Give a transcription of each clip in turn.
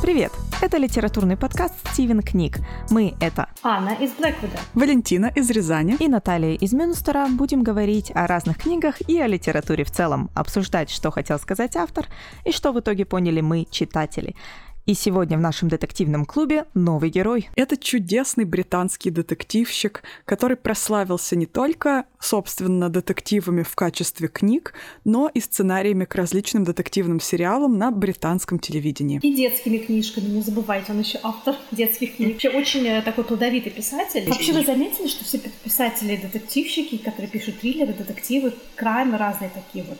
Привет! Это литературный подкаст «Стивен Книг». Мы — это Анна из Блэквуда, Валентина из Рязани и Наталья из Мюнстера. Будем говорить о разных книгах и о литературе в целом, обсуждать, что хотел сказать автор и что в итоге поняли мы, читатели. И сегодня в нашем детективном клубе новый герой. Это чудесный британский детективщик, который прославился не только, собственно, детективами в качестве книг, но и сценариями к различным детективным сериалам на британском телевидении. И детскими книжками, не забывайте, он еще автор детских книг. Вообще очень такой плодовитый писатель. Вообще вы заметили, что все писатели-детективщики, которые пишут триллеры, детективы, крайне разные такие вот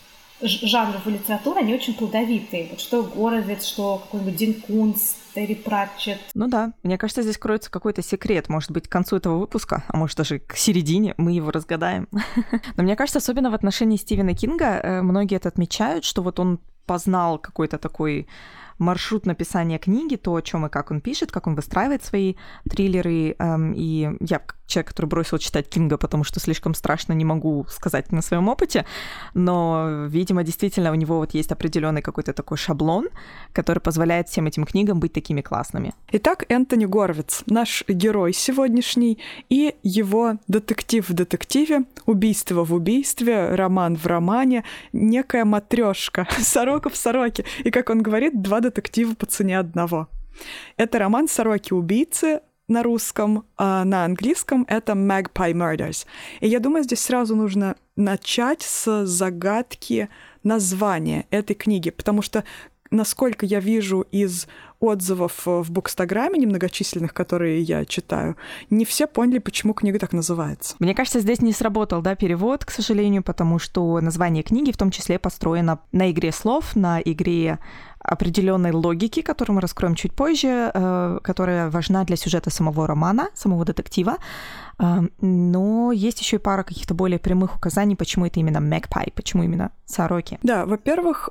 жанров литературы, они очень плодовитые. Вот что Горовиц, что какой-нибудь Дин Кунц, Терри Пратчетт. Ну да, мне кажется, здесь кроется какой-то секрет. Может быть, к концу этого выпуска, а может даже к середине мы его разгадаем. Но мне кажется, особенно в отношении Стивена Кинга многие это отмечают, что вот он познал какой-то такой маршрут написания книги, то, о чем и как он пишет, как он выстраивает свои триллеры. И я, как человек, который бросил читать Кинга, потому что слишком страшно, не могу сказать на своем опыте, но, видимо, действительно у него вот есть определенный какой-то такой шаблон, который позволяет всем этим книгам быть такими классными. Итак, Энтони Горовиц, наш герой сегодняшний, и его детектив в детективе, убийство в убийстве, роман в романе, некая матрёшка, сорока в сороке. И, как он говорит, два детектива по цене одного. Это роман «Сороки-убийцы» на русском, а на английском это Magpie Murders. И я думаю, здесь сразу нужно начать с загадки названия этой книги, потому что, насколько я вижу из отзывов в Букстаграме, немногочисленных, которые я читаю, не все поняли, почему книга так называется. Мне кажется, здесь не сработал, перевод, к сожалению, потому что название книги в том числе построено на игре слов, на игре определенной логики, которую мы раскроем чуть позже, которая важна для сюжета самого романа, самого детектива. Но есть еще и пара каких-то более прямых указаний, почему это именно Magpie, почему именно сороки. Да, во-первых,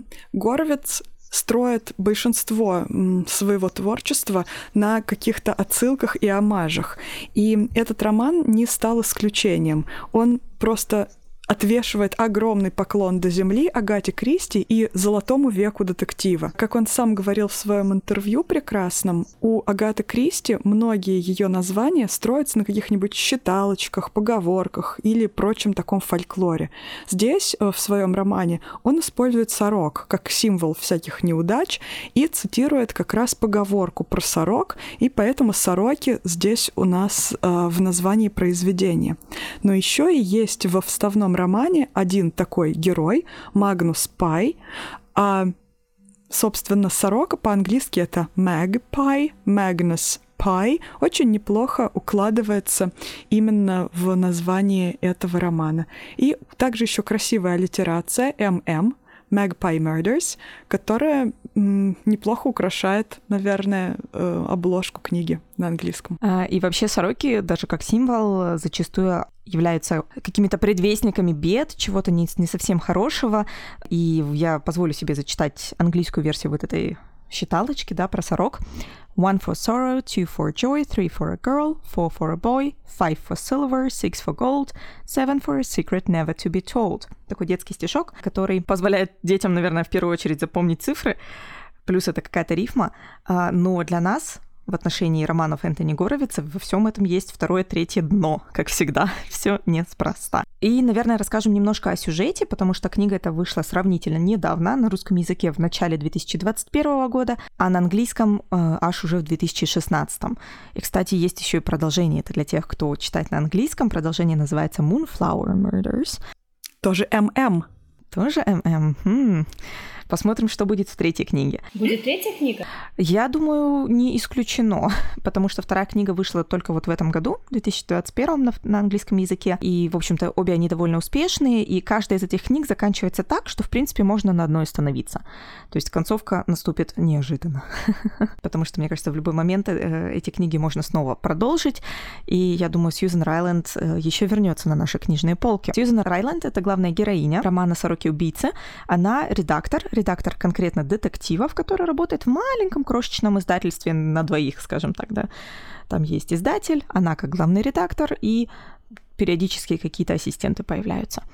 Горовиц строит большинство своего творчества на каких-то отсылках и омажах. И этот роман не стал исключением. Он просто отвешивает огромный поклон до земли Агате Кристи и золотому веку детектива. Как он сам говорил в своем интервью прекрасном, у Агаты Кристи многие ее названия строятся на каких-нибудь считалочках, поговорках или прочем таком фольклоре. Здесь, в своем романе, он использует сорок как символ всяких неудач и цитирует как раз поговорку про сорок, и поэтому сороки здесь у нас в названии произведения. Но еще и есть во вставном романе один такой герой, Магнус Пай, а, собственно, сорока по-английски это Magpie, Magnus Pie, очень неплохо укладывается именно в название этого романа. И также еще красивая аллитерация MM, Magpie Murders, которая неплохо украшает, наверное, обложку книги на английском. И вообще сороки, даже как символ, зачастую являются какими-то предвестниками бед, чего-то не совсем хорошего. И я позволю себе зачитать английскую версию вот этой считалочки, про сорок. 1 for sorrow, 2 for joy, 3 for a girl, 4 for a boy, 5 for silver, 6 for gold, 7 for a secret never to be told. Такой детский стишок, который позволяет детям, наверное, в первую очередь запомнить цифры, плюс это какая-то рифма, но для нас в отношении романов Энтони Горовица во всем этом есть второе, третье дно, как всегда. Все неспроста. И, наверное, расскажем немножко о сюжете, потому что книга эта вышла сравнительно недавно, на русском языке в начале 2021 года, а на английском аж уже в 2016. И, кстати, есть еще и продолжение. Это для тех, кто читает на английском. Продолжение называется Moonflower Murders. Тоже ММ. Тоже ММ. Посмотрим, что будет в третьей книге. Будет третья книга? Я думаю, не исключено, потому что вторая книга вышла только вот в этом году, в 2021 на английском языке, и, в общем-то, обе они довольно успешные, и каждая из этих книг заканчивается так, что, в принципе, можно на одной остановиться. То есть концовка наступит неожиданно, потому что, мне кажется, в любой момент эти книги можно снова продолжить, и я думаю, Сьюзен Райланд еще вернется на наши книжные полки. Сьюзен Райланд — это главная героиня романа «Сороки-убийцы». Она редактор конкретно детективов, который работает в маленьком крошечном издательстве на двоих, скажем так, да. Там есть издатель, она как главный редактор, и периодически какие-то ассистенты появляются.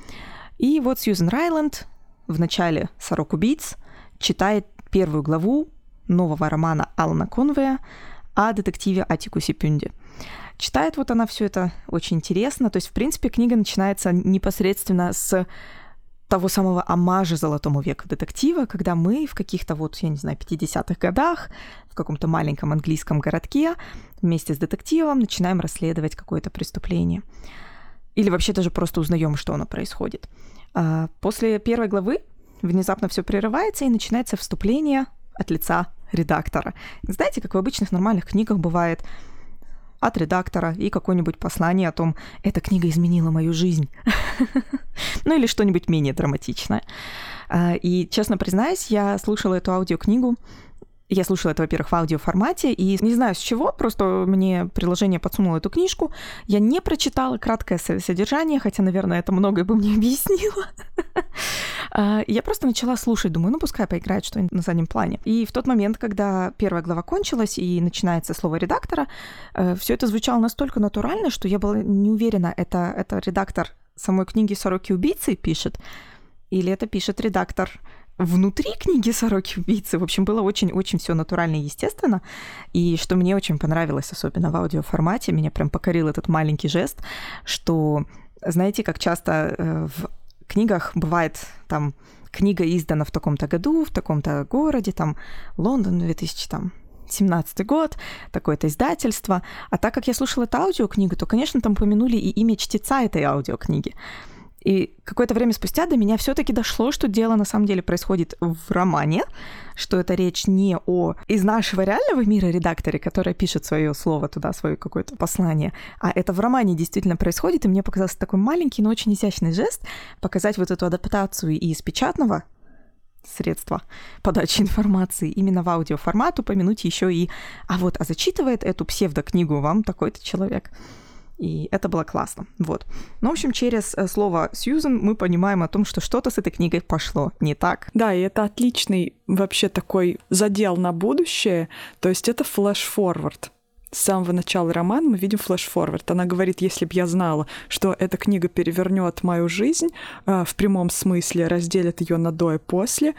И вот Сьюзен Райланд в начале «Сорок убийц» читает первую главу нового романа Алана Конвея о детективе Аттикусе Пюнде. Читает вот она все это очень интересно. То есть, в принципе, книга начинается непосредственно с того самого омажа Золотому веку детектива, когда мы в каких-то 50-х годах в каком-то маленьком английском городке вместе с детективом начинаем расследовать какое-то преступление. Или вообще даже просто узнаем, что оно происходит. После первой главы внезапно все прерывается и начинается вступление от лица редактора. Знаете, как в обычных нормальных книгах бывает от редактора и какое-нибудь послание о том, эта книга изменила мою жизнь. Ну или что-нибудь менее драматичное. И, честно признаюсь, я слушала эту аудиокнигу. Я слушала это, во-первых, в аудиоформате, и не знаю с чего, просто мне приложение подсунуло эту книжку. Я не прочитала краткое содержание, хотя, наверное, это многое бы мне объяснило. Я просто начала слушать, думаю, пускай поиграет что-нибудь на заднем плане. И в тот момент, когда первая глава кончилась и начинается слово редактора, все это звучало настолько натурально, что я была не уверена, это редактор самой книги «Сороки-убийцы» пишет, или это пишет редактор внутри книги «Сороки-убийцы». В общем, было очень-очень все натурально и естественно. И что мне очень понравилось, особенно в аудиоформате, меня прям покорил этот маленький жест, что, знаете, как часто в книгах бывает там книга издана в таком-то году, в таком-то городе, там Лондон, 2017 год, такое-то издательство. А так как я слушала эту аудиокнигу, то, конечно, там упомянули и имя чтеца этой аудиокниги. И какое-то время спустя до меня все-таки дошло, что дело на самом деле происходит в романе, что это речь не о из нашего реального мира редакторе, который пишет свое слово туда, свое какое-то послание, а это в романе действительно происходит, и мне показался такой маленький, но очень изящный жест показать вот эту адаптацию из печатного средства подачи информации именно в аудиоформат, упомянуть еще и а зачитывает эту псевдокнигу вам такой-то человек. И это было классно. Вот. Ну, в общем, через слово Сьюзен мы понимаем о том, что что-то с этой книгой пошло не так. Да, и это отличный вообще такой задел на будущее. То есть это флэш-форвард. С самого начала романа мы видим флэш-форвард. Она говорит, если бы я знала, что эта книга перевернет мою жизнь, в прямом смысле разделит ее на до и после,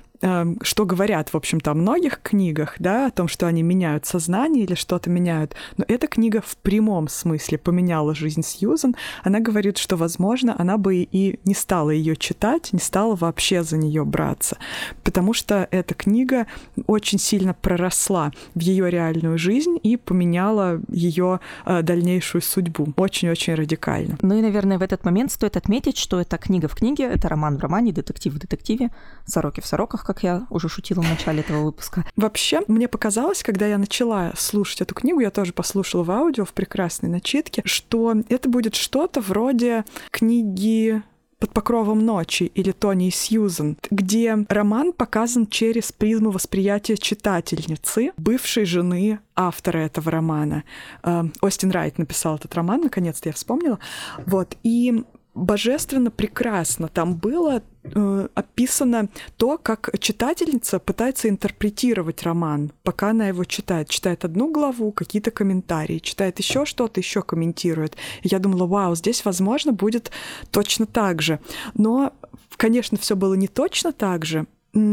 что говорят, в общем-то, о многих книгах, да, о том, что они меняют сознание или что-то меняют. Но эта книга в прямом смысле поменяла жизнь Сьюзен. Она говорит, что, возможно, она бы и не стала ее читать, не стала вообще за нее браться, потому что эта книга очень сильно проросла в ее реальную жизнь и поменяла ее дальнейшую судьбу. Очень-очень радикально. Ну и, наверное, в этот момент стоит отметить, что это книга в книге, это роман в романе, детектив в детективе, сороки в сороках, как я уже шутила в начале этого выпуска. Вообще, мне показалось, когда я начала слушать эту книгу, я тоже послушала в аудио, в прекрасной начитке, что это будет что-то вроде книги «Под покровом ночи» или «Тони и Сьюзен», где роман показан через призму восприятия читательницы, бывшей жены автора этого романа. Остин Райт написал этот роман, наконец-то я вспомнила. Вот, и божественно прекрасно там было описано то, как читательница пытается интерпретировать роман, пока она его читает. Читает одну главу, какие-то комментарии, читает еще что-то, еще комментирует. И я думала, вау, здесь, возможно, будет точно так же. Но, конечно, все было не точно так же.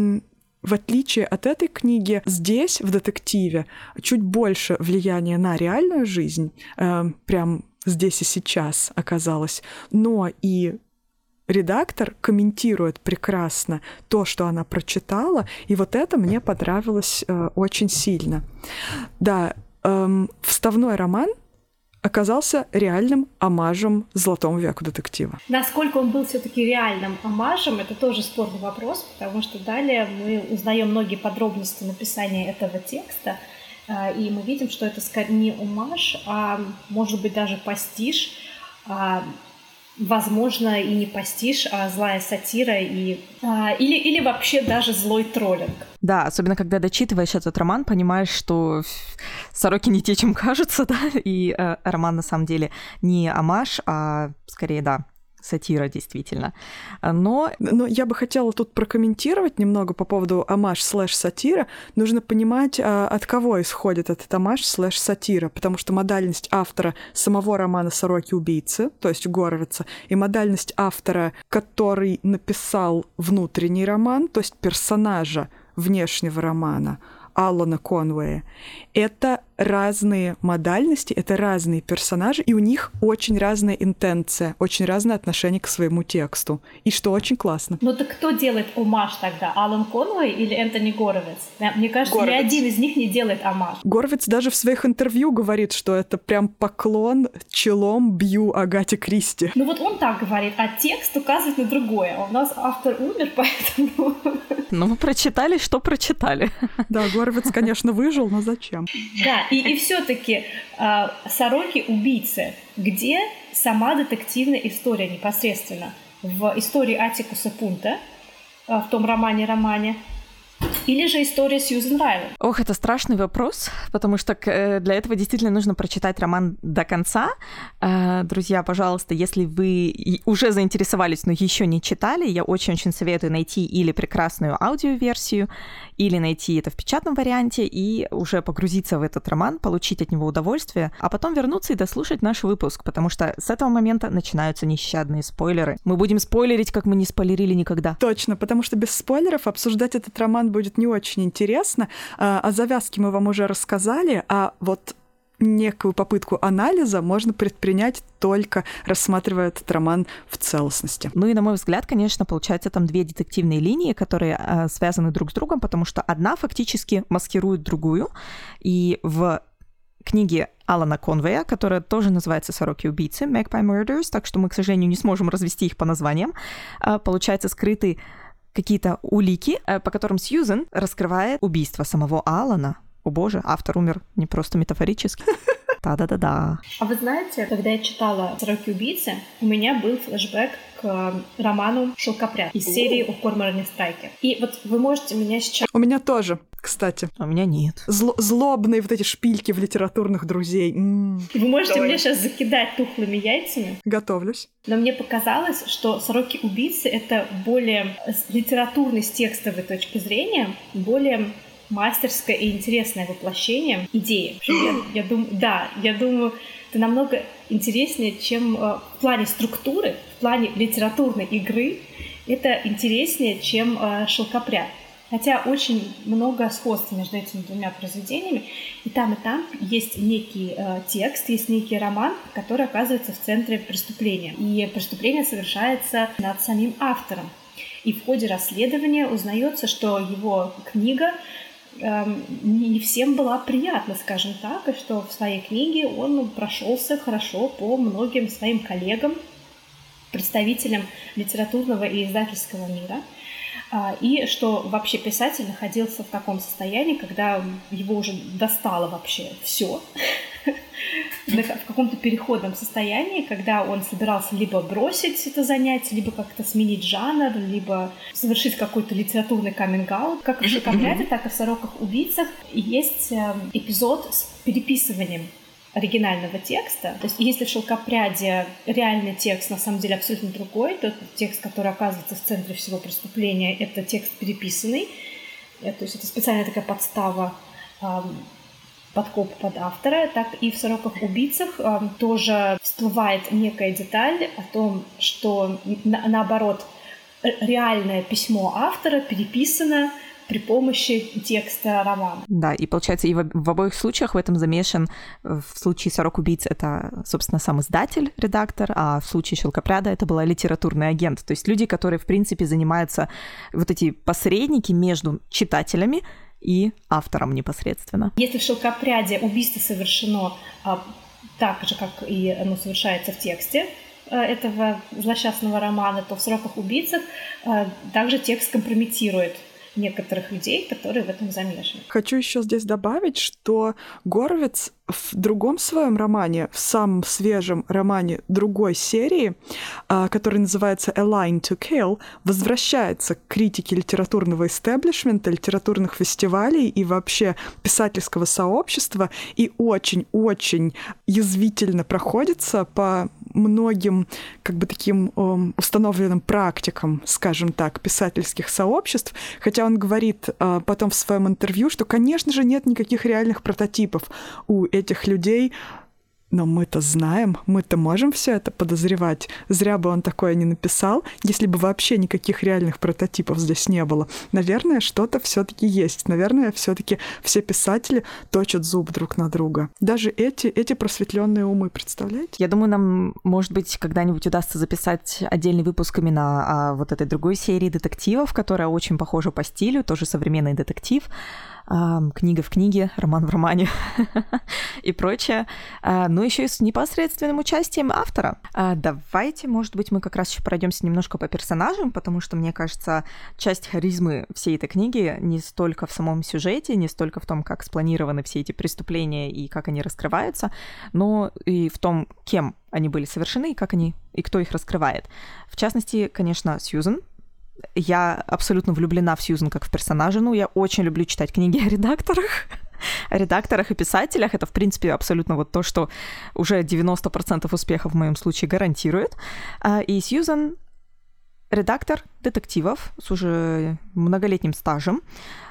В отличие от этой книги, здесь, в детективе, чуть больше влияния на реальную жизнь, прям здесь и сейчас оказалось. Но и редактор комментирует прекрасно то, что она прочитала, и вот это мне понравилось очень сильно. Да, вставной роман оказался реальным омажем Золотому веку детектива. Насколько он был все-таки реальным омажем, это тоже спорный вопрос, потому что далее мы узнаем многие подробности написания этого текста, и мы видим, что это скорее не омаж, а может быть даже пастиш, возможно и не пастиш, а злая сатира или вообще даже злой троллинг. Да, особенно когда дочитываешь этот роман, понимаешь, что сороки не те, чем кажутся, да, и роман на самом деле не омаж, а скорее, да, сатира, действительно. Но я бы хотела тут прокомментировать немного по поводу омаж/сатира. Нужно понимать, от кого исходит этот омаж/сатира, потому что модальность автора самого романа «Сороки-убийцы», то есть Горовица, и модальность автора, который написал внутренний роман, то есть персонажа внешнего романа, Алана Конвея. Это разные модальности, это разные персонажи, и у них очень разная интенция, очень разное отношение к своему тексту. И что очень классно. Ну так кто делает омаж тогда? Алан Конвей или Энтони Горовиц? Мне кажется, Горовиц. ни один из них не делает омаж. Горовиц даже в своих интервью говорит, что это прям поклон, челом бью Агате Кристи. Ну вот он так говорит, а текст указывает на другое. А у нас автор умер, поэтому... Ну, мы прочитали, что прочитали. Да, Горовиц, конечно, выжил, но зачем? Да, и все-таки «Сороки-убийцы», где сама детективная история непосредственно? В истории Аттикуса Пунта, в том романе, или же история Сьюзен Райлен? Ох, это страшный вопрос, потому что для этого действительно нужно прочитать роман до конца. Друзья, пожалуйста, если вы уже заинтересовались, но еще не читали, я очень-очень советую найти или прекрасную аудиоверсию, или найти это в печатном варианте и уже погрузиться в этот роман, получить от него удовольствие, а потом вернуться и дослушать наш выпуск, потому что с этого момента начинаются нещадные спойлеры. Мы будем спойлерить, как мы не спойлерили никогда. Точно, потому что без спойлеров обсуждать этот роман будет не очень интересно. О завязке мы вам уже рассказали, а вот некую попытку анализа можно предпринять, только рассматривая этот роман в целостности. Ну и, на мой взгляд, конечно, получается там две детективные линии, которые связаны друг с другом, потому что одна фактически маскирует другую. И в книге Алана Конвея, которая тоже называется «Сороки-убийцы», Magpie Murders, так что мы, к сожалению, не сможем развести их по названиям, получается, скрыты какие-то улики, по которым Сьюзен раскрывает убийство самого Алана. О боже, автор умер не просто метафорически. Да-да-да-да. А вы знаете, когда я читала «Сороки-убийцы», у меня был флешбэк к роману «Шелкопряд» из серии «У Корморана Страйке». И вот вы можете меня сейчас... У меня тоже, кстати. У меня нет. Злобные вот эти шпильки в литературных друзей. Вы можете меня сейчас закидать тухлыми яйцами. Готовлюсь. Но мне показалось, что «Сороки-убийцы» — это более литературный, с текстовой точки зрения, более мастерское и интересное воплощение идеи. Я думаю, это намного интереснее, чем в плане структуры, в плане литературной игры, это интереснее, чем «Шелкопряд». Хотя очень много сходств между этими двумя произведениями. И там есть некий текст, есть некий роман, который оказывается в центре преступления. И преступление совершается над самим автором. И в ходе расследования узнается, что его книга не всем была приятна, скажем так, и что в своей книге он прошелся хорошо по многим своим коллегам, представителям литературного и издательского мира, и что вообще писатель находился в таком состоянии, когда его уже достало вообще все, в каком-то переходном состоянии, когда он собирался либо бросить это занятие, либо как-то сменить жанр, либо совершить какой-то литературный каминг-аут. Как в «Шелкопряде», так и в «Сороках-убийцах» есть эпизод с переписыванием оригинального текста. То есть если в «Шелкопряде» реальный текст на самом деле абсолютно другой, то текст, который оказывается в центре всего преступления, это текст переписанный. То есть это специальная такая подстава, подкоп под автора, так и в «Сороках-убийцах» тоже всплывает некая деталь о том, что наоборот реальное письмо автора переписано при помощи текста романа. Да, и получается, и в обоих случаях в этом замешан, в случае «Сорок-убийц» это, собственно, сам издатель, редактор, а в случае «Шелкопряда» это была литературный агент, то есть люди, которые, в принципе, занимаются вот эти посредники между читателями и автором непосредственно. Если в «Шелкопряде» убийство совершено так же, как и оно совершается в тексте этого злосчастного романа, то в «Сороках-убийцах» также текст компрометирует некоторых людей, которые в этом замешаны. Хочу еще здесь добавить, что Горовиц в другом своем романе, в самом свежем романе другой серии, который называется «A Line to Kill», возвращается к критике литературного истеблишмента, литературных фестивалей и вообще писательского сообщества и очень-очень язвительно проходится по многим как бы таким установленным практикам, скажем так, писательских сообществ, хотя он говорит потом в своем интервью, что, конечно же, нет никаких реальных прототипов у этих людей, Но мы-то знаем, мы-то можем все это подозревать. Зря бы он такое не написал, если бы вообще никаких реальных прототипов здесь не было. Наверное, что-то все-таки есть. Наверное, все-таки все писатели точат зуб друг на друга. Даже эти просветленные умы, представляете? Я думаю, нам, может быть, когда-нибудь удастся записать отдельный выпуск именно о вот этой другой серии детективов, которая очень похожа по стилю, тоже современный детектив. Книга в книге, роман в романе и прочее, но еще и с непосредственным участием автора. Давайте, может быть, мы как раз еще пройдемся немножко по персонажам, потому что, мне кажется, часть харизмы всей этой книги не столько в самом сюжете, не столько в том, как спланированы все эти преступления и как они раскрываются, но и в том, кем они были совершены и как они, и кто их раскрывает. В частности, конечно, Сьюзен. Я абсолютно влюблена в Сьюзен как в персонажа. Ну, я очень люблю читать книги о редакторах и писателях. Это, в принципе, абсолютно вот то, что уже 90% успеха в моем случае гарантирует. И Сьюзен — редактор детективов с уже многолетним стажем.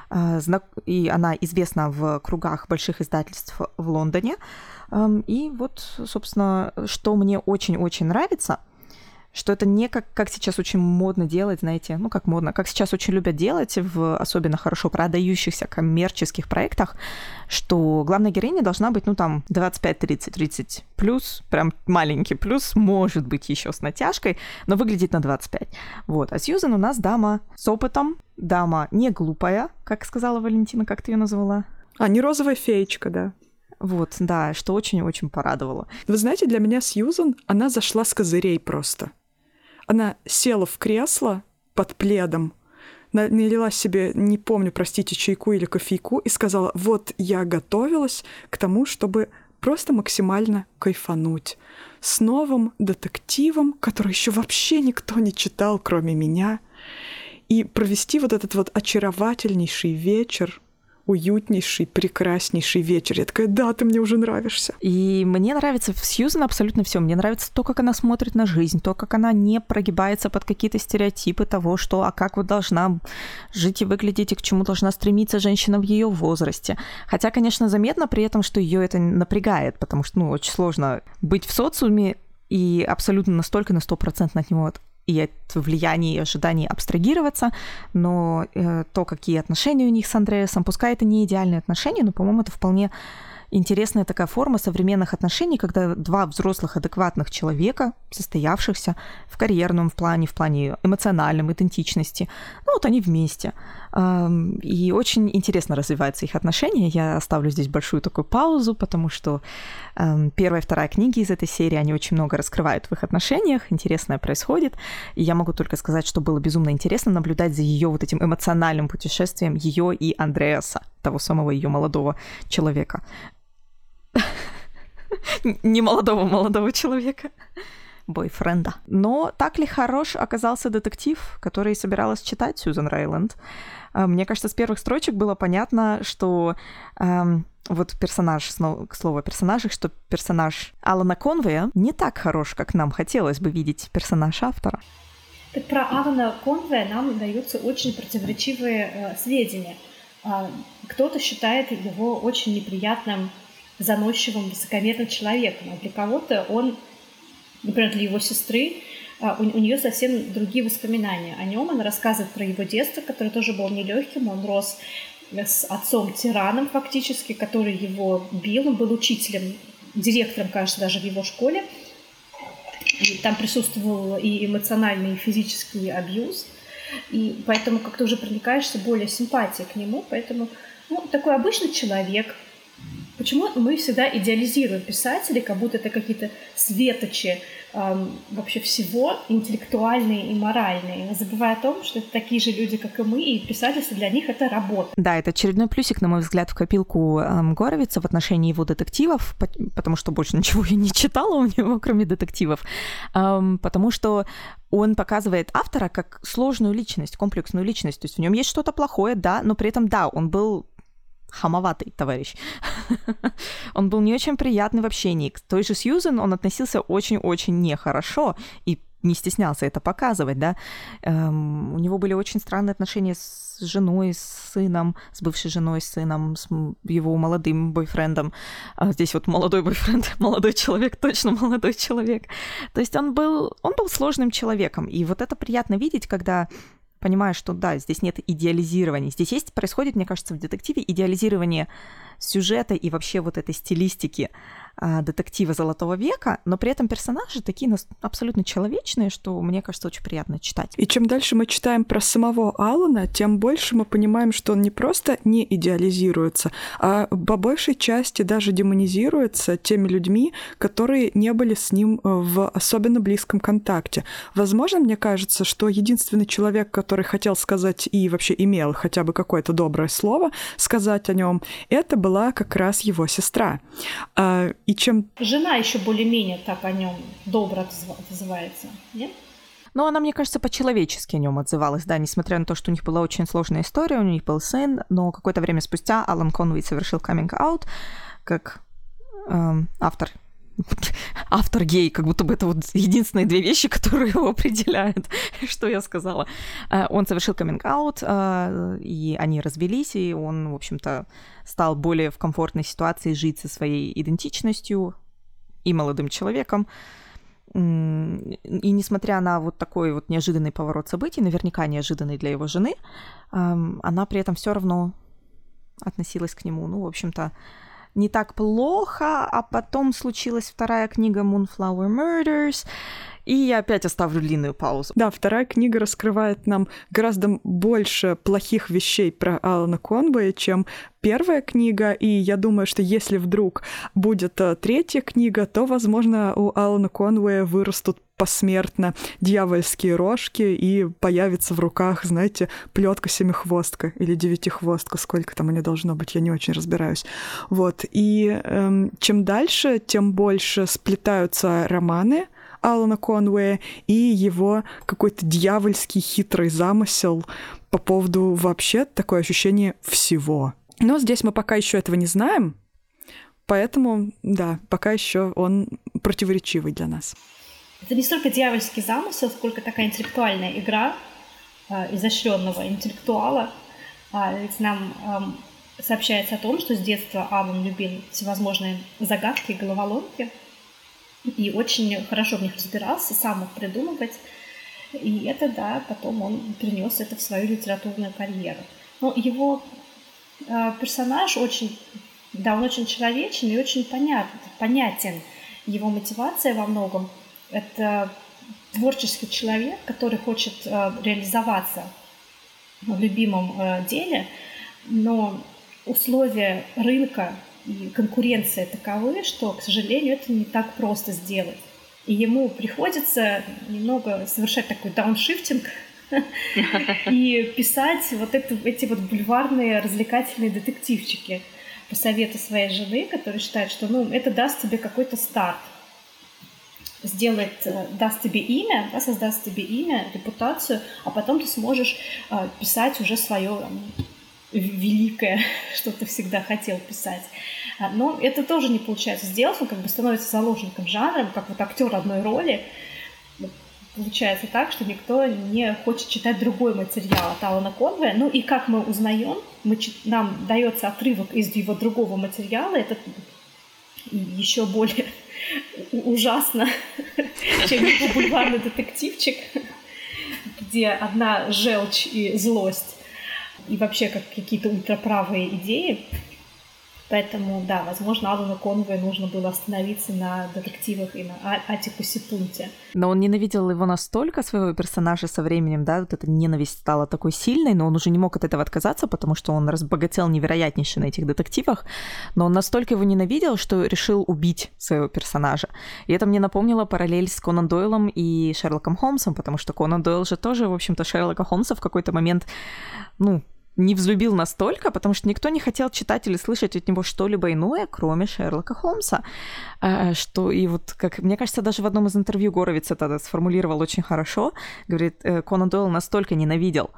И она известна в кругах больших издательств в Лондоне. И вот, собственно, что мне очень-очень нравится — что это не как сейчас очень модно делать, знаете, ну как модно, как сейчас очень любят делать в особенно хорошо продающихся коммерческих проектах, что главная героиня должна быть, ну там, 25-30 плюс, прям маленький плюс, может быть еще с натяжкой, но выглядит на 25. Вот. А Сьюзен у нас дама с опытом, дама не глупая, как сказала Валентина, как ты ее назвала? Не розовая феечка, да. Вот, да, что очень-очень порадовало. Вы знаете, для меня Сьюзен, она зашла с козырей просто. Она села в кресло под пледом, налила себе, не помню, простите, чайку или кофейку и сказала, вот я готовилась к тому, чтобы просто максимально кайфануть с новым детективом, который еще вообще никто не читал, кроме меня, и провести вот этот вот очаровательнейший вечер, уютнейший, прекраснейший вечер. Я такая, да, ты мне уже нравишься. И мне нравится в Сьюзен абсолютно все. Мне нравится то, как она смотрит на жизнь, то, как она не прогибается под какие-то стереотипы того, что, как вот должна жить и выглядеть, и к чему должна стремиться женщина в ее возрасте. Хотя, конечно, заметно при этом, что ее это напрягает, потому что, очень сложно быть в социуме и абсолютно настолько на 100% от него и от влияния и ожиданий абстрагироваться, но то, какие отношения у них с Андреасом, пускай это не идеальные отношения, но, по-моему, это вполне интересная такая форма современных отношений, когда два взрослых, адекватных человека, состоявшихся в карьерном плане, в плане эмоциональном, идентичности, вот они вместе. И очень интересно развиваются их отношения. Я оставлю здесь большую такую паузу, потому что первая и вторая книги из этой серии, они очень много раскрывают в их отношениях, интересное происходит. И я могу только сказать, что было безумно интересно наблюдать за ее вот этим эмоциональным путешествием, ее и Андреаса, того самого ее молодого человека. Не молодого человека, бойфренда. Но так ли хорош оказался детектив, который собиралась читать Сьюзен Рейленд? Мне кажется, с первых строчек было понятно, что вот персонаж, к слову о персонажах, что персонаж Алана Конвея не так хорош, как нам хотелось бы видеть персонаж автора. Так про Алана Конвея нам даются очень противоречивые сведения. Кто-то считает его очень неприятным, заносчивым, высокомерным человеком, а для кого-то он, например, для его сестры, у нее совсем другие воспоминания о нем. Она рассказывает про его детство, которое тоже было нелегким. Он рос с отцом-тираном фактически, который его бил. Он был учителем, директором, кажется, даже в его школе. И там присутствовал и эмоциональный, и физический абьюз. И поэтому как-то уже проникаешься более симпатией к нему. Поэтому такой обычный человек. Почему мы всегда идеализируем писателей, как будто это какие-то светочи вообще всего, интеллектуальные и моральные, забывая о том, что это такие же люди, как и мы, и писательство для них — это работа. Да, это очередной плюсик, на мой взгляд, в копилку Горовица в отношении его детективов, потому что больше ничего я не читала у него, кроме детективов, потому что он показывает автора как сложную личность, комплексную личность, то есть в нем есть что-то плохое, да, но при этом, да, он был хамоватый товарищ. Он был не очень приятный в общении. К той же Сьюзен он относился очень-очень нехорошо. И не стеснялся это показывать, да. У него были очень странные отношения с женой, с сыном, с бывшей женой, с сыном, с его молодым бойфрендом. А здесь вот молодой бойфренд, молодой человек, точно молодой человек. То есть он был сложным человеком. И вот это приятно видеть, когда понимаешь, что да, здесь нет идеализирования. Здесь происходит, мне кажется, в детективе идеализирование сюжета и вообще вот этой стилистики детектива Золотого века, но при этом персонажи такие абсолютно человечные, что, мне кажется, очень приятно читать. И чем дальше мы читаем про самого Алана, тем больше мы понимаем, что он не просто не идеализируется, а по большей части даже демонизируется теми людьми, которые не были с ним в особенно близком контакте. Возможно, мне кажется, что единственный человек, который хотел сказать и вообще имел хотя бы какое-то доброе слово сказать о нем, это была как раз его сестра. И чем... Жена еще более-менее так о нем добро отзывается, нет? Ну, она, мне кажется, по-человечески о нем отзывалась, да, несмотря на то, что у них была очень сложная история, у них был сын, но какое-то время спустя Алан Конвей совершил каминг-аут как автор гей, как будто бы это вот единственные две вещи, которые его определяют, что я сказала. Он совершил каминг-аут, и они развелись, и он, в общем-то, стал более в комфортной ситуации жить со своей идентичностью и молодым человеком. И несмотря на вот такой вот неожиданный поворот событий, наверняка неожиданный для его жены, она при этом все равно относилась к нему, ну, в общем-то, не так плохо, а потом случилась вторая книга Moonflower Murders, и я опять оставлю длинную паузу. Да, вторая книга раскрывает нам гораздо больше плохих вещей про Алана Конвея, чем первая книга, и я думаю, что если вдруг будет третья книга, то, возможно, у Алана Конвея вырастут посмертно дьявольские рожки и появится в руках, знаете, плетка-семихвостка или девятихвостка, сколько там у нее должно быть, я не очень разбираюсь. Вот, и чем дальше, тем больше сплетаются романы Алана Конвея и его какой-то дьявольский хитрый замысел по поводу вообще такое ощущение всего. Но здесь мы пока еще этого не знаем, поэтому, да, пока еще он противоречивый для нас. Это не столько дьявольский замысел, сколько такая интеллектуальная игра изощренного интеллектуала. Ведь нам сообщается о том, что с детства Алан любил всевозможные загадки и головоломки, и очень хорошо в них разбирался, сам их придумывать. И это, да, потом он принес это в свою литературную карьеру. Но его персонаж очень человечен и очень понятен. Его мотивация во многом — это творческий человек, который хочет реализоваться в любимом деле, но условия рынка и конкуренция таковы, что, к сожалению, это не так просто сделать. И ему приходится немного совершать такой дауншифтинг и писать вот эти вот бульварные развлекательные детективчики по совету своей жены, которая считает, что это даст тебе какой-то старт, даст тебе имя, да, создаст тебе имя, репутацию, а потом ты сможешь писать уже свое великое, что ты всегда хотел писать. Но это тоже не получается сделать, он как бы становится заложником жанра, как вот актер одной роли. Получается так, что никто не хочет читать другой материал от Алана Конвея. Ну и как мы узнаем, нам дается отрывок из его другого материала, это еще более ужасно, чем его бульварный детективчик, где одна желчь и злость, и вообще как какие-то ультраправые идеи. Поэтому, да, возможно, Алану Конвею нужно было остановиться на детективах и на Аттикусе Пунте. Но он ненавидел его настолько, своего персонажа, со временем, да, вот эта ненависть стала такой сильной, но он уже не мог от этого отказаться, потому что он разбогател невероятнейше на этих детективах, но он настолько его ненавидел, что решил убить своего персонажа. И это мне напомнило параллель с Конан Дойлом и Шерлоком Холмсом, потому что Конан Дойл же тоже, в общем-то, Шерлока Холмса в какой-то момент, не взлюбил настолько, потому что никто не хотел читать или слышать от него что-либо иное, кроме Шерлока Холмса. Что и вот, как мне кажется, даже в одном из интервью Горовиц это сформулировал очень хорошо. Говорит, Конан Дойл настолько ненавидел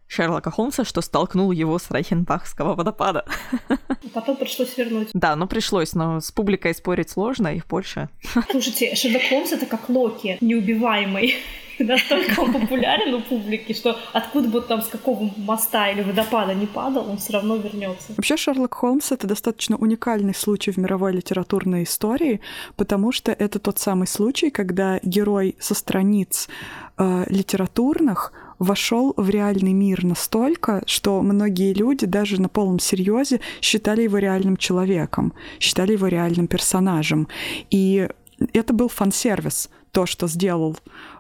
Шерлока Холмса, что столкнул его с Райхенбахского водопада. Потом пришлось вернуть. Да, пришлось, но с публикой спорить сложно, их больше. Слушайте, Шерлок Холмс — это как Локи, неубиваемый. Настолько он популярен у публики, что откуда бы там, с какого моста или водопада не падал, он все равно вернется. Вообще Шерлок Холмс — это достаточно уникальный случай в мировой литературной истории, потому что это тот самый случай, когда герой со страниц литературных вошел в реальный мир настолько, что многие люди даже на полном серьезе считали его реальным человеком, считали его реальным персонажем. И это был фан-сервис, то, что сделал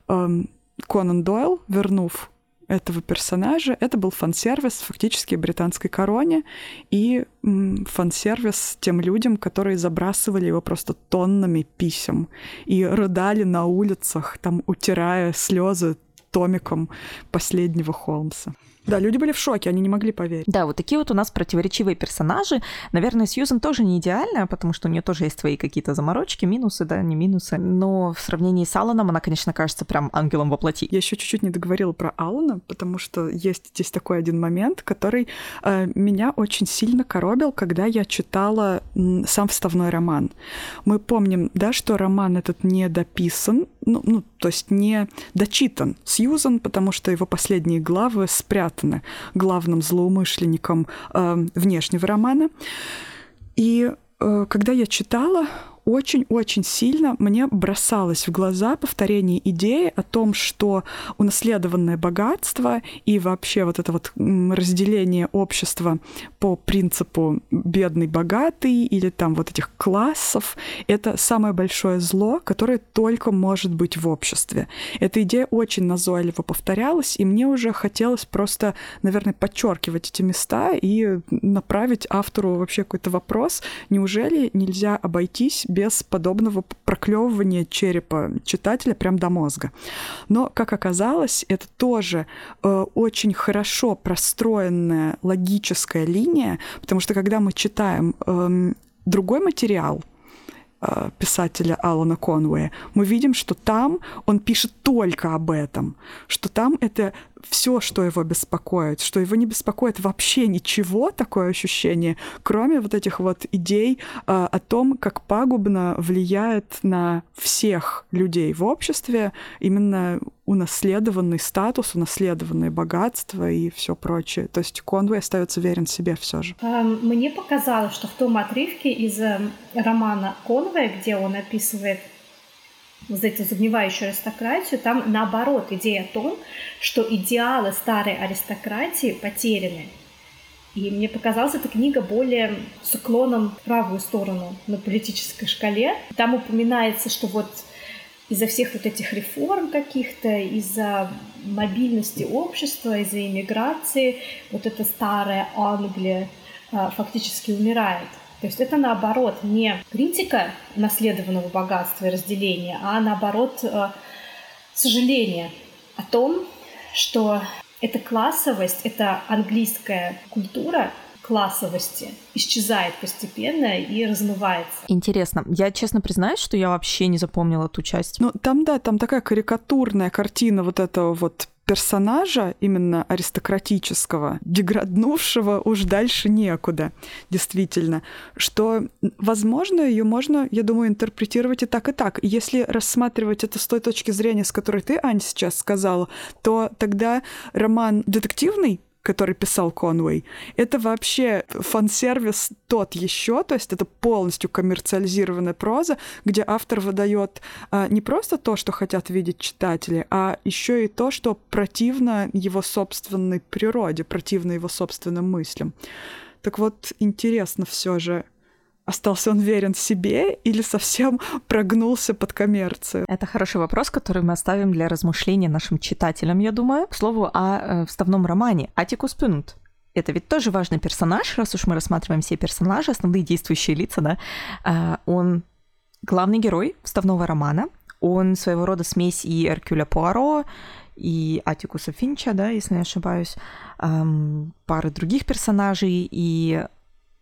Конан Дойл, вернув этого персонажа. Это был фан-сервис фактически британской короне и фан-сервис тем людям, которые забрасывали его просто тоннами писем и рыдали на улицах, там утирая слезы томиком последнего Холмса. Да, люди были в шоке, они не могли поверить. Да, вот такие вот у нас противоречивые персонажи. Наверное, Сьюзен тоже не идеальная, потому что у нее тоже есть свои какие-то заморочки, минусы, да, не минусы. Но в сравнении с Алланом она, конечно, кажется прям ангелом во плоти. Я еще чуть-чуть не договорила про Аллана, потому что есть здесь такой один момент, который меня очень сильно коробил, когда я читала сам вставной роман. Мы помним, да, что роман этот не дописан, то есть не дочитан Сьюзен, потому что его последние главы спрятаны главным злоумышленником внешнего романа. И когда я читала, очень-очень сильно мне бросалось в глаза повторение идеи о том, что унаследованное богатство и вообще вот это вот разделение общества по принципу бедный-богатый или там вот этих классов — это самое большое зло, которое только может быть в обществе. Эта идея очень назойливо повторялась, и мне уже хотелось просто, наверное, подчеркивать эти места и направить автору вообще какой-то вопрос: неужели нельзя обойтись без подобного проклевывания черепа читателя прям до мозга? Но, как оказалось, это тоже очень хорошо простроенная логическая линия, потому что когда мы читаем другой материал писателя Алана Конуэя, мы видим, что там он пишет только об этом, что там это все, что его беспокоит, что его не беспокоит вообще ничего, такое ощущение, кроме вот этих вот идей о том, как пагубно влияет на всех людей в обществе именно унаследованный статус, унаследованное богатство и все прочее. То есть Конвей остается верен себе все же. Мне показалось, что в том отрывке из романа Конвея, где он описывает вот эту загнивающую аристократию, там наоборот идея о том, что идеалы старой аристократии потеряны. И мне показалась эта книга более с уклоном в правую сторону на политической шкале. Там упоминается, что вот из-за всех вот этих реформ каких-то, из-за мобильности общества, из-за иммиграции, вот эта старая Англия фактически умирает. То есть это, наоборот, не критика наследованного богатства и разделения, а, наоборот, сожаление о том, что эта классовость, эта английская культура классовости исчезает постепенно и размывается. Интересно. Я честно признаюсь, что я вообще не запомнила ту часть. Ну, там, да, там такая карикатурная картина вот этого вот персонажа, именно аристократического, деграднувшего уж дальше некуда, действительно, что, возможно, ее можно, я думаю, интерпретировать и так, и так. Если рассматривать это с той точки зрения, с которой ты, Ань, сейчас сказала, то тогда роман детективный, который писал Конвей, это вообще фан-сервис тот еще, то есть это полностью коммерциализированная проза, где автор выдает не просто то, что хотят видеть читатели, а еще и то, что противно его собственной природе, противно его собственным мыслям. Так вот, интересно все же, остался он верен себе или совсем прогнулся под коммерцию? Это хороший вопрос, который мы оставим для размышления нашим читателям, я думаю. К слову, о вставном романе «Аттикус Пюнт». Это ведь тоже важный персонаж, раз уж мы рассматриваем все персонажи, основные действующие лица, да. Он главный герой вставного романа. Он своего рода смесь и Эркюля Пуаро, и Аттикуса Финча, да, если не ошибаюсь, пары других персонажей, и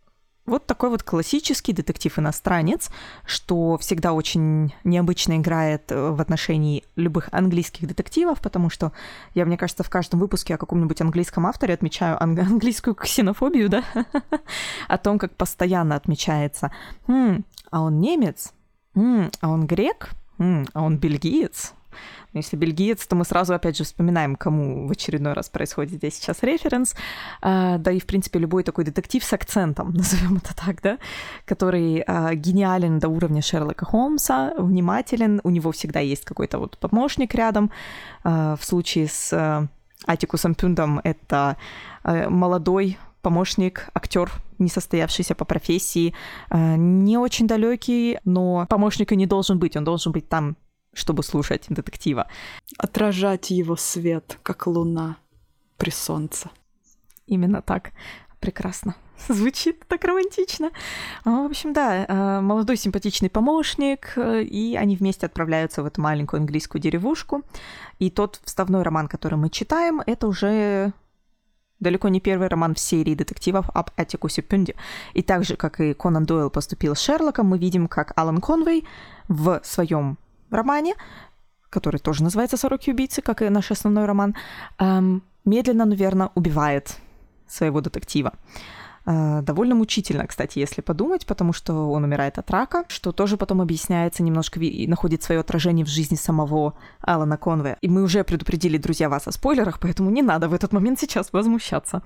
Вот такой вот классический детектив-иностранец, что всегда очень необычно играет в отношении любых английских детективов, потому что я, мне кажется, в каждом выпуске о каком-нибудь английском авторе отмечаю английскую ксенофобию, да, о том, как постоянно отмечается, а он немец, а он грек, а он бельгиец. Если бельгиец, то мы сразу, опять же, вспоминаем, кому в очередной раз происходит здесь сейчас референс. Да и, в принципе, любой такой детектив с акцентом, назовем это так, да, который гениален до уровня Шерлока Холмса, внимателен, у него всегда есть какой-то вот помощник рядом. В случае с Атикусом Пюндом это молодой помощник, актер, не состоявшийся по профессии, не очень далекий, но помощник и не должен быть, он должен быть там, чтобы слушать детектива. Отражать его свет, как луна при солнце. Именно так. Прекрасно. Звучит так романтично. В общем, да, молодой симпатичный помощник, и они вместе отправляются в эту маленькую английскую деревушку. И тот вставной роман, который мы читаем, это уже далеко не первый роман в серии детективов об Атикусе Пюнде. И так же, как и Конан Дойл поступил с Шерлоком, мы видим, как Алан Конвей в своем романе, который тоже называется «Сороки убийцы», как и наш основной роман, медленно, но верно убивает своего детектива. Довольно мучительно, кстати, если подумать, потому что он умирает от рака, что тоже потом объясняется немножко и находит свое отражение в жизни самого Алана Конвея. И мы уже предупредили, друзья, вас о спойлерах, поэтому не надо в этот момент сейчас возмущаться,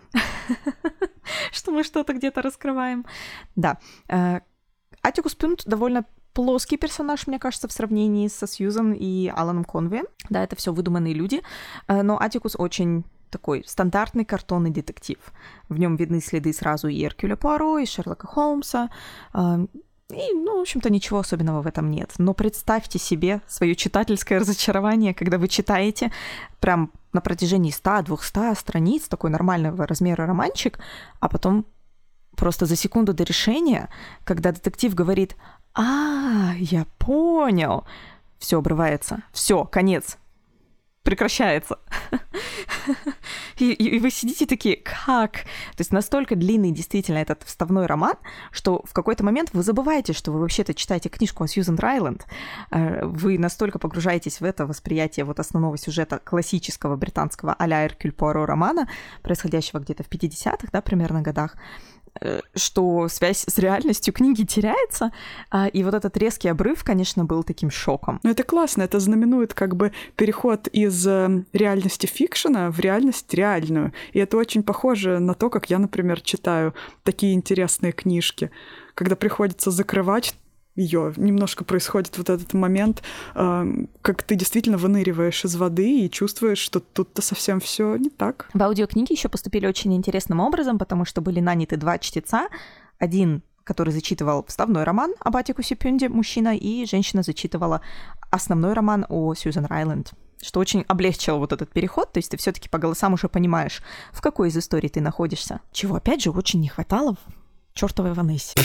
что мы что-то где-то раскрываем. Да. Атикус Пюнд довольно плоский персонаж, мне кажется, в сравнении со Сьюзан и Аланом Конвеем. Да, это все выдуманные люди, но Атикус очень такой стандартный картонный детектив. В нем видны следы сразу и Эркюля Пуаро, и Шерлока Холмса, и, в общем-то, ничего особенного в этом нет. Но представьте себе свое читательское разочарование, когда вы читаете прям на протяжении 100-200 страниц такой нормального размера романчик, а потом просто за секунду до решения, когда детектив говорит: я понял. Все обрывается. Все, конец. Прекращается. И вы сидите такие, как? То есть настолько длинный действительно этот вставной роман, что в какой-то момент вы забываете, что вы вообще-то читаете книжку о Сьюзан Райланд. Вы настолько погружаетесь в это восприятие вот основного сюжета классического британского а-ля Эркюль Пуаро романа, происходящего где-то в 50-х, да, примерно годах, что связь с реальностью книги теряется, и вот этот резкий обрыв, конечно, был таким шоком. Но это классно, это знаменует как бы переход из реальности фикшена в реальность реальную, и это очень похоже на то, как я, например, читаю такие интересные книжки, когда приходится закрывать ее, немножко происходит вот этот момент, как ты действительно выныриваешь из воды и чувствуешь, что тут-то совсем все не так. В аудиокниги еще поступили очень интересным образом, потому что были наняты два чтеца. Один, который зачитывал вставной роман об Атикусе Пюнде, мужчина, и женщина зачитывала основной роман о Сьюзан Райланд, что очень облегчило вот этот переход, то есть ты все-таки по голосам уже понимаешь, в какой из историй ты находишься. Чего, опять же, очень не хватало в чёртовой Ванессе.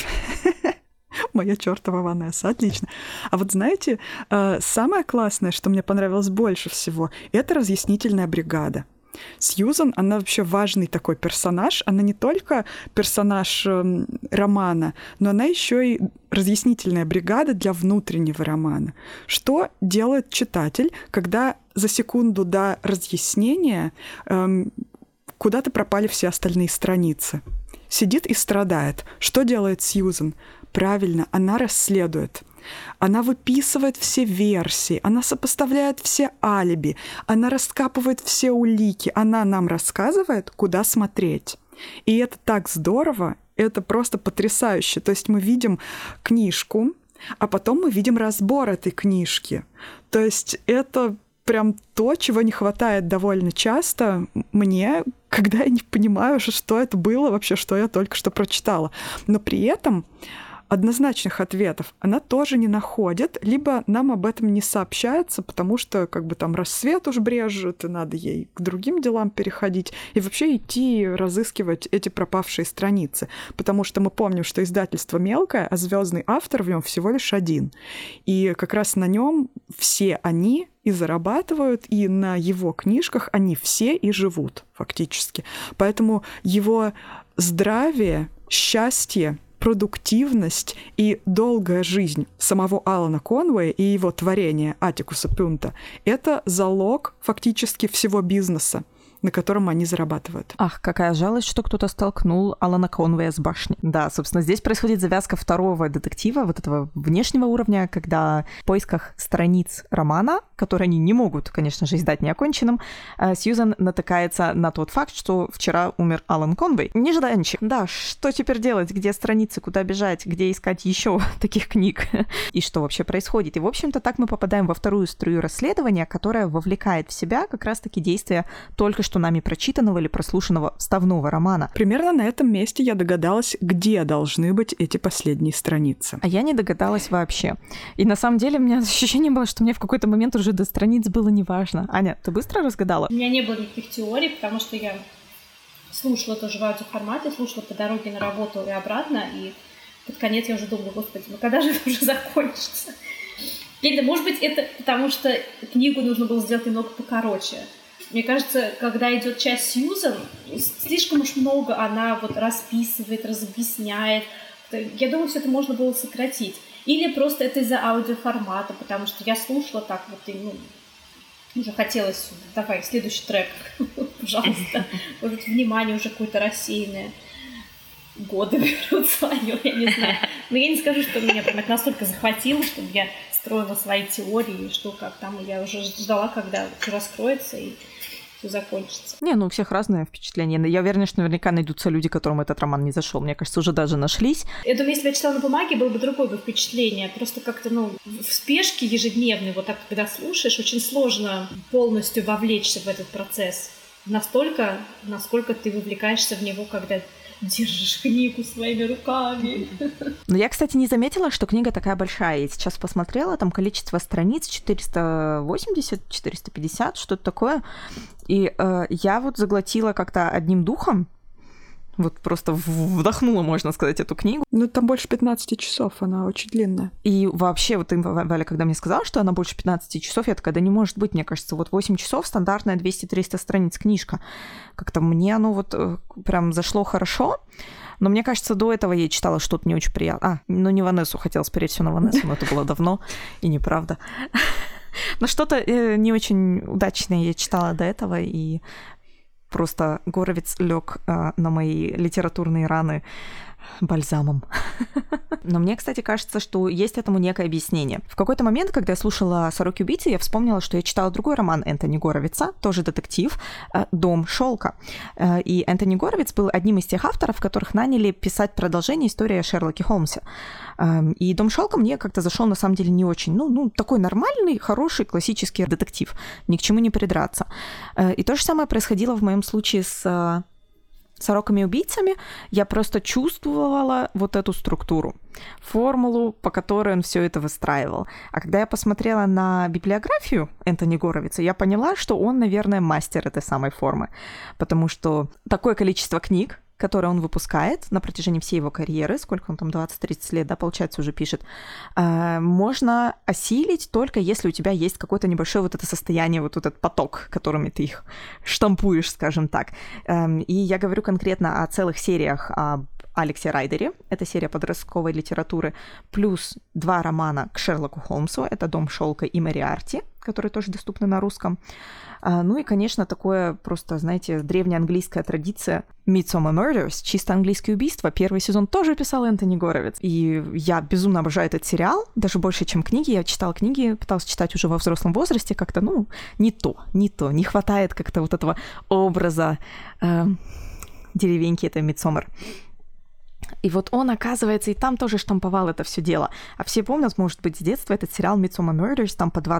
Моя чёртова Ванесса, отлично. А вот знаете, самое классное, что мне понравилось больше всего, это разъяснительная бригада. Сьюзан, она вообще важный такой персонаж. Она не только персонаж романа, но она еще и разъяснительная бригада для внутреннего романа. Что делает читатель, когда за секунду до разъяснения куда-то пропали все остальные страницы? Сидит и страдает. Что делает Сьюзан? Правильно, она расследует. Она выписывает все версии, она сопоставляет все алиби, она раскапывает все улики, она нам рассказывает, куда смотреть. И это так здорово, это просто потрясающе. То есть мы видим книжку, а потом мы видим разбор этой книжки. То есть это прям то, чего не хватает довольно часто мне, когда я не понимаю, что это было вообще, что я только что прочитала. Но при этом однозначных ответов она тоже не находит, либо нам об этом не сообщается, потому что как бы там рассвет уж брежет, и надо ей к другим делам переходить, и вообще идти разыскивать эти пропавшие страницы, потому что мы помним, что издательство мелкое, а звездный автор в нем всего лишь один. И как раз на нем все они и зарабатывают, и на его книжках они все и живут фактически. Поэтому его здравие, счастье продуктивность и долгая жизнь самого Алана Конвея и его творения Аттикуса Пюнта — это залог фактически всего бизнеса, на котором они зарабатывают. Ах, какая жалость, что кто-то столкнул Алана Конвея с башни. Да, собственно, здесь происходит завязка второго детектива, вот этого внешнего уровня, когда в поисках страниц романа, которые они не могут, конечно же, издать неоконченным, Сьюзан натыкается на тот факт, что вчера умер Алан Конвей. Нежданчик. Да, что теперь делать? Где страницы? Куда бежать? Где искать еще таких книг? И что вообще происходит? И, в общем-то, так мы попадаем во вторую струю расследования, которая вовлекает в себя как раз-таки действия только что нами прочитанного или прослушанного вставного романа. Примерно на этом месте я догадалась, где должны быть эти последние страницы. А я не догадалась вообще. И на самом деле у меня ощущение было, что мне в какой-то момент уже до страниц было неважно. Аня, ты быстро разгадала? У меня не было никаких теорий, потому что я слушала тоже в аудиоформате, слушала по дороге на работу и обратно, и под конец я уже думала, господи, ну когда же это уже закончится? Или, может быть, это потому что книгу нужно было сделать немного покороче. Мне кажется, когда идет часть Сьюзан, слишком уж много она вот расписывает, разъясняет. Я думаю, все это можно было сократить. Или просто это из-за аудиоформата, потому что я слушала так вот, и, уже хотелось, давай, следующий трек, пожалуйста. Может, внимание уже какое-то рассеянное. Годы берут свое, я не знаю. Но я не скажу, что меня прям это настолько захватило, чтобы я строила свои теории, что как там. Я уже ждала, когда все раскроется и все закончится. Не, ну у всех разные впечатления. Я уверена, что наверняка найдутся люди, которым этот роман не зашел. Мне кажется, уже даже нашлись. Я думаю, если бы я читала на бумаге, было бы другое бы впечатление. Просто как-то, в спешке ежедневной, вот так, когда слушаешь, очень сложно полностью вовлечься в этот процесс. Настолько, насколько ты вовлекаешься в него, когда держишь книгу своими руками. Но я, кстати, не заметила, что книга такая большая. Я сейчас посмотрела, там количество страниц 480, 450, что-то такое. И я вот заглотила как-то одним духом, вот просто вдохнула, можно сказать, эту книгу. Ну, там больше 15 часов, она очень длинная. И вообще, вот ты, Валя, когда мне сказала, что она больше 15 часов, я такая, да не может быть, мне кажется, вот 8 часов, стандартная 200-300 страниц книжка. Как-то мне оно вот прям зашло хорошо, но мне кажется, до этого я читала что-то не очень приятное. Не Ванессу, хотела спереть все на Ванессу, но это было давно, и неправда. Но что-то не очень удачное я читала до этого, и просто Горовиц лег на мои литературные раны бальзамом. Но мне, кстати, кажется, что есть этому некое объяснение. В какой-то момент, когда я слушала «Сороки-убийцы», я вспомнила, что я читала другой роман Энтони Горовица, тоже детектив, «Дом шелка». И Энтони Горовиц был одним из тех авторов, которых наняли писать продолжение истории о Шерлоке Холмсе. И «Дом шелка» мне как-то зашел на самом деле не очень. Такой нормальный, хороший, классический детектив. Ни к чему не придраться. И то же самое происходило в моем случае с «Сороками-убийцами». Я просто чувствовала вот эту структуру, формулу, по которой он все это выстраивал. А когда я посмотрела на библиографию Энтони Горовица, я поняла, что он, наверное, мастер этой самой формы, потому что такое количество книг, которые он выпускает на протяжении всей его карьеры, сколько он там, 20-30 лет, да, получается, уже пишет, можно осилить только если у тебя есть какое-то небольшое вот это состояние, вот этот поток, которыми ты их штампуешь, скажем так. И я говорю конкретно о целых сериях об Алексе Райдере, это серия подростковой литературы, плюс 2 романа к Шерлоку Холмсу, это «Дом шелка» и «Мориарти», которые тоже доступны на русском. И, конечно, такое просто, знаете, древняя английская традиция Midsomer Murders, чисто английские убийства. Первый сезон тоже писал Энтони Горовиц. И я безумно обожаю этот сериал, даже больше, чем книги. Я читала книги, пыталась читать уже во взрослом возрасте, как-то, не то. Не хватает как-то вот этого образа деревеньки этой Midsomer. И вот он, оказывается, и там тоже штамповал это все дело. А все помнят, может быть, с детства этот сериал Midsomer Murders, там по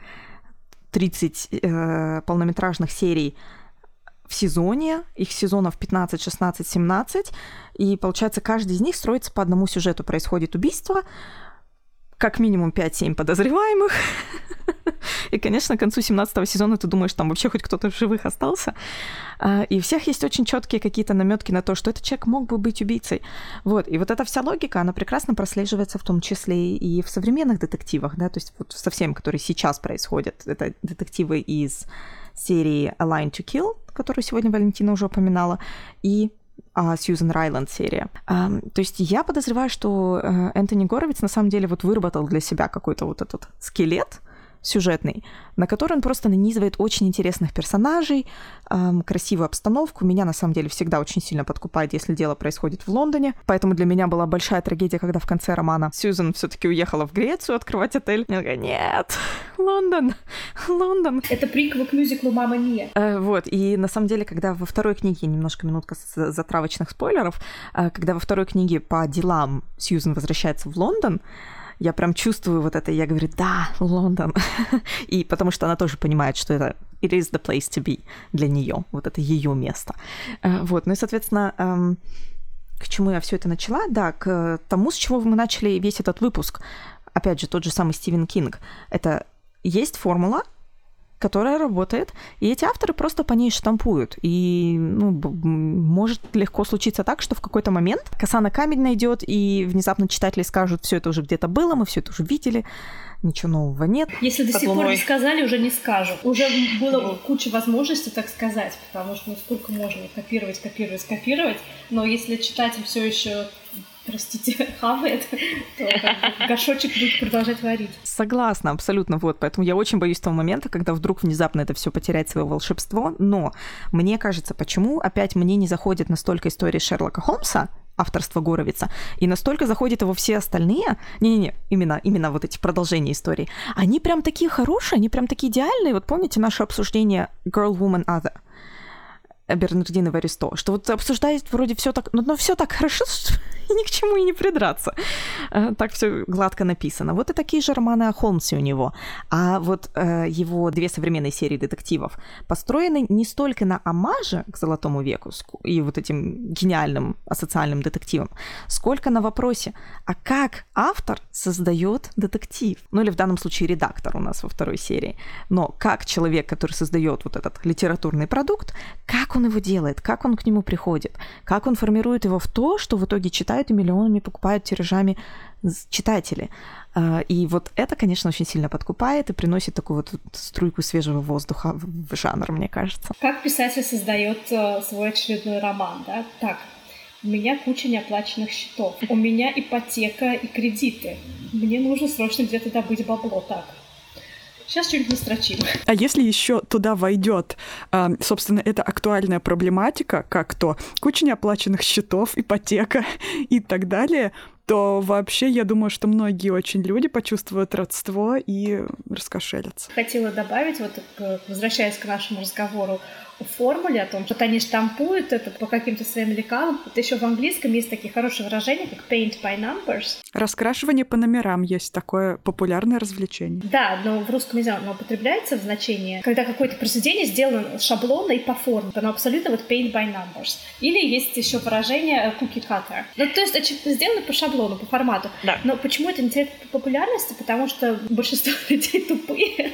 20-30 полнометражных серий в сезоне, их сезонов 15, 16, 17, и, получается, каждый из них строится по одному сюжету. Происходит убийство, как минимум 5-7 подозреваемых, и, конечно, к концу 17-го сезона ты думаешь, там вообще хоть кто-то в живых остался, и у всех есть очень четкие какие-то намётки на то, что этот человек мог бы быть убийцей. Вот, и вот эта вся логика, она прекрасно прослеживается в том числе и в современных детективах, да, то есть вот совсем, которые сейчас происходят, это детективы из серии A Line to Kill, которую сегодня Валентина уже упоминала, и Сьюзен Райленд серия. То есть я подозреваю, что Энтони Горовиц на самом деле вот выработал для себя какой-то вот этот скелет сюжетный, на который он просто нанизывает очень интересных персонажей, красивую обстановку. Меня, на самом деле, всегда очень сильно подкупает, если дело происходит в Лондоне. Поэтому для меня была большая трагедия, когда в конце романа Сьюзен все-таки уехала в Грецию открывать отель. Я такая, нет, Лондон. Это приквел к мюзиклу «Мама Мия». Вот, и на самом деле, когда во второй книге, немножко минутка затравочных спойлеров, когда во второй книге по делам Сьюзен возвращается в Лондон, я прям чувствую вот это, и я говорю, да, Лондон. И потому что она тоже понимает, что это it is the place to be для нее, вот это ее место. Вот, ну и, соответственно, к чему я все это начала? Да, к тому, с чего мы начали весь этот выпуск. Опять же, тот же самый Стивен Кинг. Это есть формула, которая работает, и эти авторы просто по ней штампуют. И может легко случиться так, что в какой-то момент коса на камень найдет, и внезапно читатели скажут, все это уже где-то было, мы все это уже видели, ничего нового нет. Если до сих пор не сказали, уже не скажут. Уже было куча возможностей так сказать, потому что сколько можно копировать, но если читатель все еще, простите, хавает, то горшочек будет продолжать варить. Согласна, абсолютно, вот. Поэтому я очень боюсь того момента, когда вдруг внезапно это все потеряет свое волшебство. Но мне кажется, почему опять мне не заходит настолько история Шерлока Холмса, авторства Горовица, и настолько заходят его все остальные, именно вот эти продолжения истории, они прям такие хорошие, они прям такие идеальные. Вот помните наше обсуждение Girl, Woman, Other? Бернардино Варисто, что вот обсуждает вроде все так, но все так хорошо, что ни к чему и не придраться. Так все гладко написано. Вот и такие же романы о Холмсе у него. А вот его 2 современные серии детективов построены не столько на омаже к Золотому веку и вот этим гениальным асоциальным детективам, сколько на вопросе, а как автор создает детектив? Ну или в данном случае редактор у нас во 2 серии. Но как человек, который создает вот этот литературный продукт, как он его делает, как он к нему приходит, как он формирует его в то, что в итоге читают и миллионами покупают тиражами читатели. И вот это, конечно, очень сильно подкупает и приносит такую вот струйку свежего воздуха в жанр, мне кажется. Как писатель создает свой очередной роман, да? Так, у меня куча неоплаченных счетов, у меня ипотека и кредиты, мне нужно срочно где-то добыть бабло, так. Сейчас что-нибудь настрочим. А если еще туда войдет, собственно, эта актуальная проблематика, как то куча неоплаченных счетов, ипотека и так далее, то вообще я думаю, что многие очень люди почувствуют родство и раскошелятся. Хотела добавить, вот возвращаясь к нашему разговору о формуле, о том, что они штампуют это по каким-то своим лекалам. Вот еще в английском есть такие хорошие выражения, как paint by numbers. Раскрашивание по номерам есть такое популярное развлечение. Да, но в русском языке оно употребляется в значении, когда какое-то произведение сделано шаблонно и по форме. Оно абсолютно вот paint by numbers. Или есть еще выражение cookie cutter. Ну, то есть сделано по шаблону, по формату. Да. Но почему это не теряет популярности? Потому что большинство людей тупые.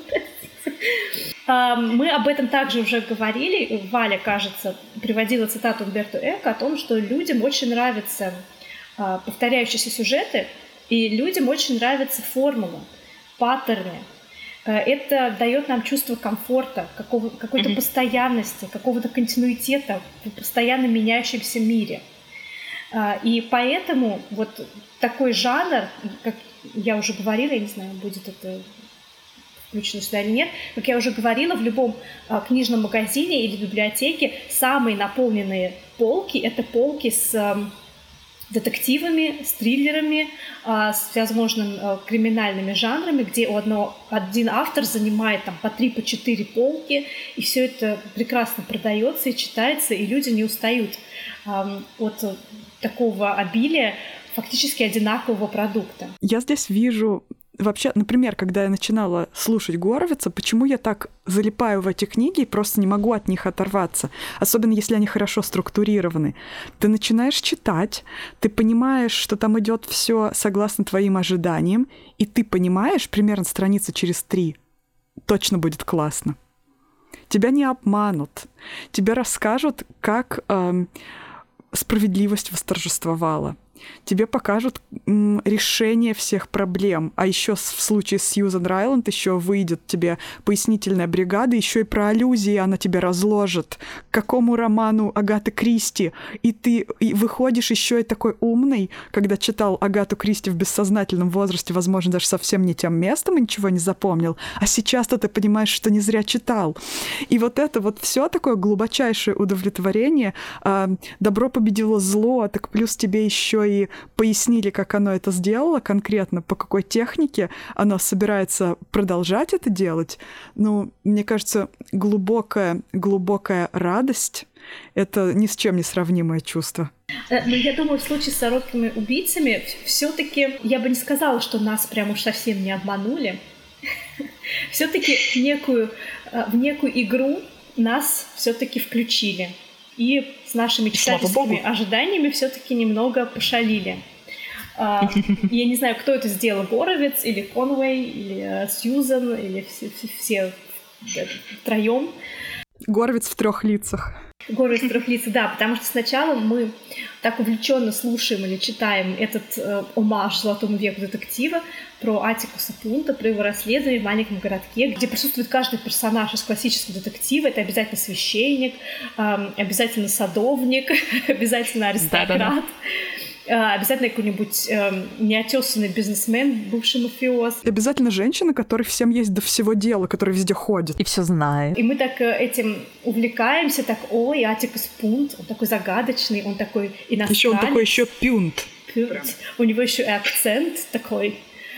Мы об этом также уже говорили. Валя, кажется, приводила цитату Умберто Эко о том, что людям очень нравятся повторяющиеся сюжеты, и людям очень нравятся формулы, паттерны. Это дает нам чувство комфорта, какой-то постоянности, какого-то континуитета в постоянно меняющемся мире. И поэтому вот такой жанр, как я уже говорила, я не знаю, будет это включено сюда или нет, как я уже говорила, в любом книжном магазине или библиотеке самые наполненные полки — это полки с детективами, с триллерами, с всевозможными криминальными жанрами, где один автор занимает там по 3, по 4 полки, и все это прекрасно продается и читается, и люди не устают от такого обилия фактически одинакового продукта. Я здесь вижу вообще, например, когда я начинала слушать Горовица, почему я так залипаю в эти книги и просто не могу от них оторваться, особенно если они хорошо структурированы. Ты начинаешь читать, ты понимаешь, что там идет все согласно твоим ожиданиям, и ты понимаешь, примерно страницы через 3 точно будет классно. Тебя не обманут, тебе расскажут, как справедливость восторжествовала. тебе покажут решение всех проблем. А еще в случае с Сьюзан Райланд еще выйдет тебе пояснительная бригада, еще и про аллюзии она тебе разложит, к какому роману Агаты Кристи. И ты выходишь еще и такой умный, когда читал Агату Кристи в бессознательном возрасте, возможно, даже совсем не тем местом и ничего не запомнил, а сейчас-то ты понимаешь, что не зря читал. И вот это вот все такое глубочайшее удовлетворение. Добро победило зло, так плюс тебе еще и пояснили, как оно это сделало конкретно, по какой технике оно собирается продолжать это делать. Ну, мне кажется, глубокая радость — это ни с чем не сравнимое чувство. Но я думаю, в случае с «Сорокими убийцами» все-таки я бы не сказала, что нас прям уж совсем не обманули. Все-таки в некую игру нас все-таки включили. И с нашими читательскими ожиданиями все-таки немного пошалили. Я не знаю, кто это сделал, Горовиц или Конвей, или Сьюзан, или все втроем. Горовиц в 3 лицах. Горовиц в 3 лицах, да, потому что сначала мы так увлеченно слушаем или читаем этот омаж Золотому веку детектива про Аттикуса Пунта, про его расследование в маленьком городке, где присутствует каждый персонаж из классического детектива. Это обязательно священник, обязательно садовник, обязательно аристократ. Да. Обязательно какой-нибудь неотесанный бизнесмен, бывший мафиоз. Обязательно женщина, которой всем есть до всего дела, которая везде ходит. И все знает. И мы так этим увлекаемся, так, ой, Аттикус Пунт, он такой загадочный, он такой иностранец. Еще он такой еще Пюнт. У него еще и акцент такой.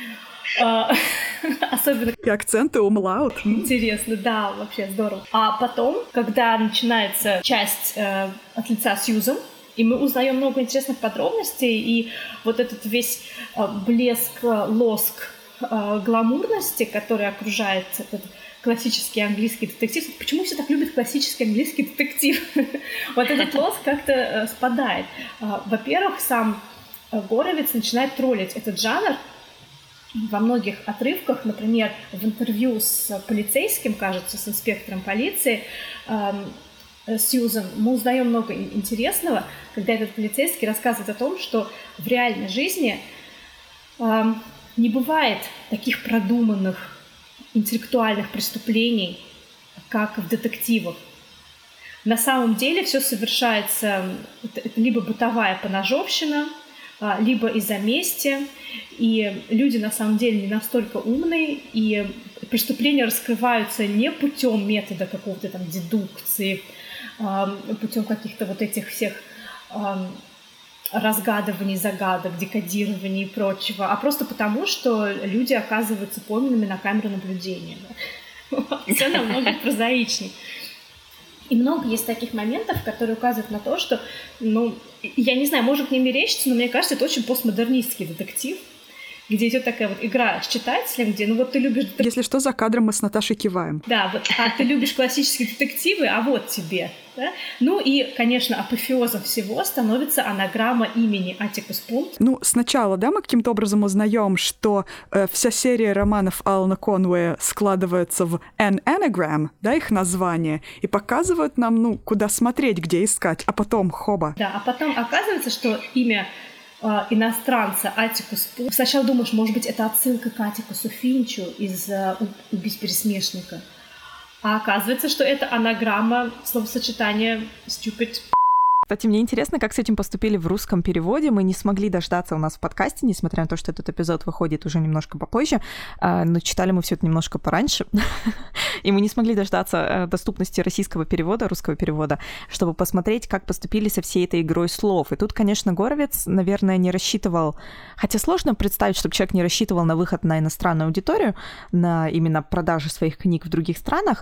Особенно... И акценты умлаут. Интересно, да, вообще здорово. А потом, когда начинается часть от лица Сьюзан, и мы узнаем много интересных подробностей, и вот этот весь блеск, лоск гламурности, который окружает этот классический английский детектив. Почему все так любят классический английский детектив? Вот этот лоск как-то спадает. Во-первых, сам Горовиц начинает троллить этот жанр во многих отрывках, например, в интервью с полицейским, кажется, с инспектором полиции, Сьюзан, мы узнаем много интересного, когда этот полицейский рассказывает о том, что в реальной жизни не бывает таких продуманных интеллектуальных преступлений, как в детективах. На самом деле все совершается, это либо бытовая поножовщина, либо из-за мести, и люди на самом деле не настолько умные, и преступления раскрываются не путем метода какого-то там дедукции, путем каких-то вот этих всех разгадываний, загадок, декодирований и прочего, а просто потому, что люди оказываются пойманными на камеру наблюдения. Все намного прозаичнее. И много есть таких моментов, которые указывают на то, что, я не знаю, может мне мерещится, но мне кажется, это очень постмодернистский детектив, где идет такая вот игра с читателем, где, ты любишь... Если что, за кадром мы с Наташей киваем. Да, вот, ты любишь классические детективы, а вот тебе. Да? И, конечно, апофеозом всего становится анаграмма имени Аттикус Пунт. Сначала, мы каким-то образом узнаем, что вся серия романов Алана Конуэя складывается в an anagram, их название, и показывают нам, куда смотреть, где искать, а потом хоба. Да, а потом оказывается, что имя иностранца Аттикус Пунт. Сначала думаешь, может быть, это отсылка к Аттикусу Финчу из «Убить пересмешника». А оказывается, что это анаграмма словосочетания «stupid». Кстати, мне интересно, как с этим поступили в русском переводе. Мы не смогли дождаться у нас в подкасте, несмотря на то, что этот эпизод выходит уже немножко попозже, но читали мы все это немножко пораньше, и мы не смогли дождаться доступности российского перевода, русского перевода, чтобы посмотреть, как поступили со всей этой игрой слов. И тут, конечно, Горовиц, наверное, не рассчитывал, хотя сложно представить, чтобы человек не рассчитывал на выход на иностранную аудиторию, на именно продажу своих книг в других странах,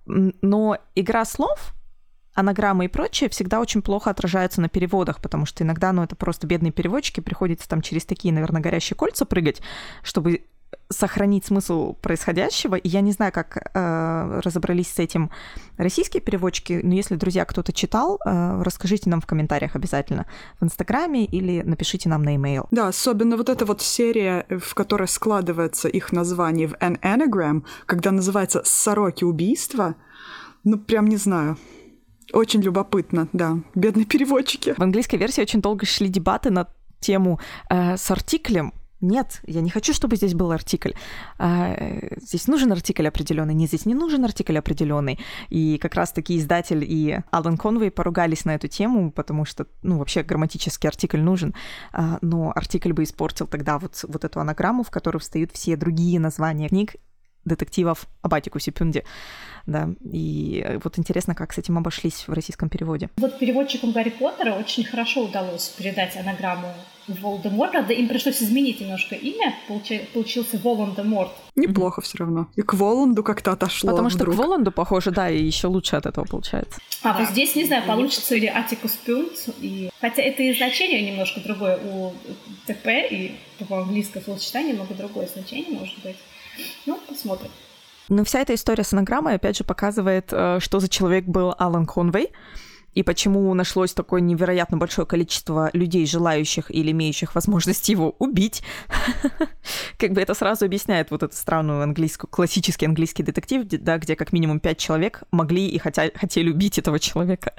но игра слов, анаграммы и прочее всегда очень плохо отражаются на переводах, потому что иногда, это просто бедные переводчики, приходится там через такие, наверное, горящие кольца прыгать, чтобы сохранить смысл происходящего. И я не знаю, как разобрались с этим российские переводчики, но если, друзья, кто-то читал, расскажите нам в комментариях обязательно в Инстаграме или напишите нам на e-mail. Да, особенно вот эта вот серия, в которой складывается их название в an anagram, когда называется «Сороки убийства», прям не знаю. Очень любопытно, да. Бедные переводчики. В английской версии очень долго шли дебаты над тему с артиклем. Нет, я не хочу, чтобы здесь был артикль. Здесь нужен артикль определенный, нет, здесь не нужен артикль определенный. И как раз-таки издатель и Алан Конвей поругались на эту тему, потому что, вообще грамматический артикль нужен, но артикль бы испортил тогда вот эту анаграмму, в которую встают все другие названия книг, детективов об Аттикусе Пюнде. Да, и вот интересно, как с этим обошлись в российском переводе. Вот переводчикам Гарри Поттера очень хорошо удалось передать анаграмму Волан-де-Морта, да им пришлось изменить немножко имя, получился Волан-де-Морт. Неплохо все равно. И к Воланду как-то отошло. Потому что вдруг. к Воланду похоже, да, и еще лучше от этого получается. Вот здесь, не знаю, получится ли Аттикус Пюнд, хотя это и значение немножко другое у ТП, и по-английскому словосочетание немного другое значение, может быть. Посмотрим. Но вся эта история с анаграммой, опять же, показывает, что за человек был Алан Конвей, и почему нашлось такое невероятно большое количество людей, желающих или имеющих возможность его убить. Как бы это сразу объясняет вот эту странную классический английский детектив, да, где как минимум 5 человек могли и хотели убить этого человека.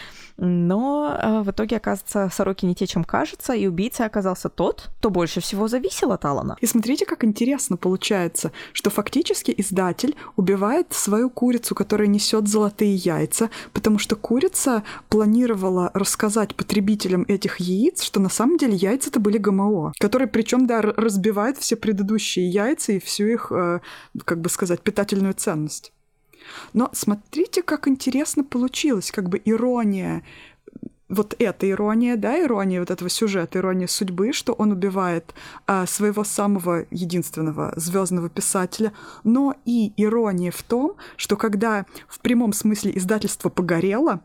Но в итоге, оказывается, сороки не те, чем кажется, и убийцей оказался тот, кто больше всего зависел от Алана. И смотрите, как интересно получается, что фактически издатель убивает свою курицу, которая несет золотые яйца, потому что курица планировала рассказать потребителям этих яиц, что на самом деле яйца-то были ГМО, которые причем разбивают все предыдущие яйца и всю их, питательную ценность. Но смотрите, как интересно получилось, ирония, вот эта ирония, да, ирония вот этого сюжета, ирония судьбы, что он убивает своего самого единственного звездного писателя, но и ирония в том, что когда в прямом смысле издательство погорело,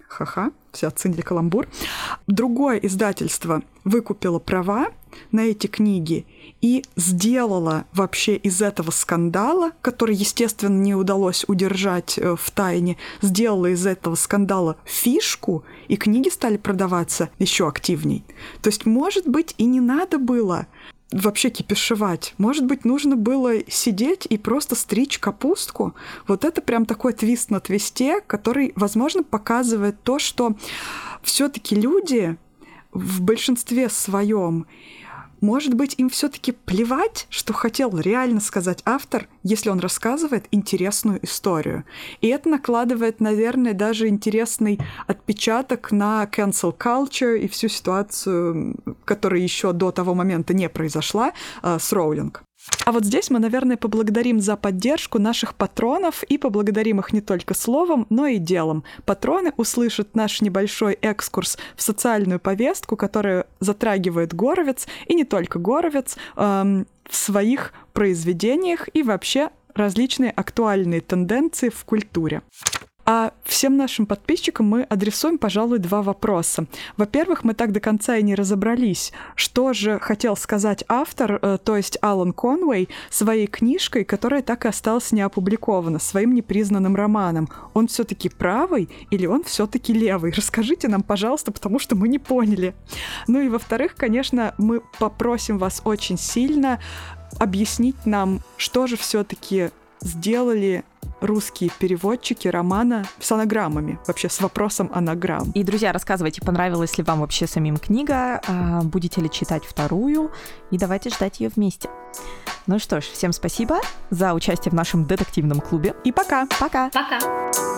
все оценили каламбур, другое издательство выкупило права на эти книги и сделала вообще из этого скандала, который, естественно, не удалось удержать в тайне, сделала из этого скандала фишку, и книги стали продаваться еще активней. То есть, может быть, и не надо было вообще кипишевать. Может быть, нужно было сидеть и просто стричь капустку. Вот это прям такой твист на твисте, который, возможно, показывает то, что все-таки люди в большинстве своем, может быть, им все-таки плевать, что хотел реально сказать автор, если он рассказывает интересную историю. И это накладывает, наверное, даже интересный отпечаток на cancel culture и всю ситуацию, которая еще до того момента не произошла, с Роулинг. А вот здесь мы, наверное, поблагодарим за поддержку наших патронов и поблагодарим их не только словом, но и делом. Патроны услышат наш небольшой экскурс в социальную повестку, которая затрагивает Горовиц, и не только Горовиц, в своих произведениях и вообще различные актуальные тенденции в культуре. А всем нашим подписчикам мы адресуем, пожалуй, 2 вопроса. Во-первых, мы так до конца и не разобрались, что же хотел сказать автор, то есть Алан Конвей, своей книжкой, которая так и осталась не опубликована, своим непризнанным романом. Он все-таки правый или он все-таки левый? Расскажите нам, пожалуйста, потому что мы не поняли. Ну и во-вторых, конечно, мы попросим вас очень сильно объяснить нам, что же все-таки сделали русские переводчики романа с анаграммами, вообще с вопросом анаграмм. И, друзья, рассказывайте, понравилась ли вам вообще самим книга, будете ли читать вторую, и давайте ждать ее вместе. Ну что ж, всем спасибо за участие в нашем детективном клубе. И пока! Пока!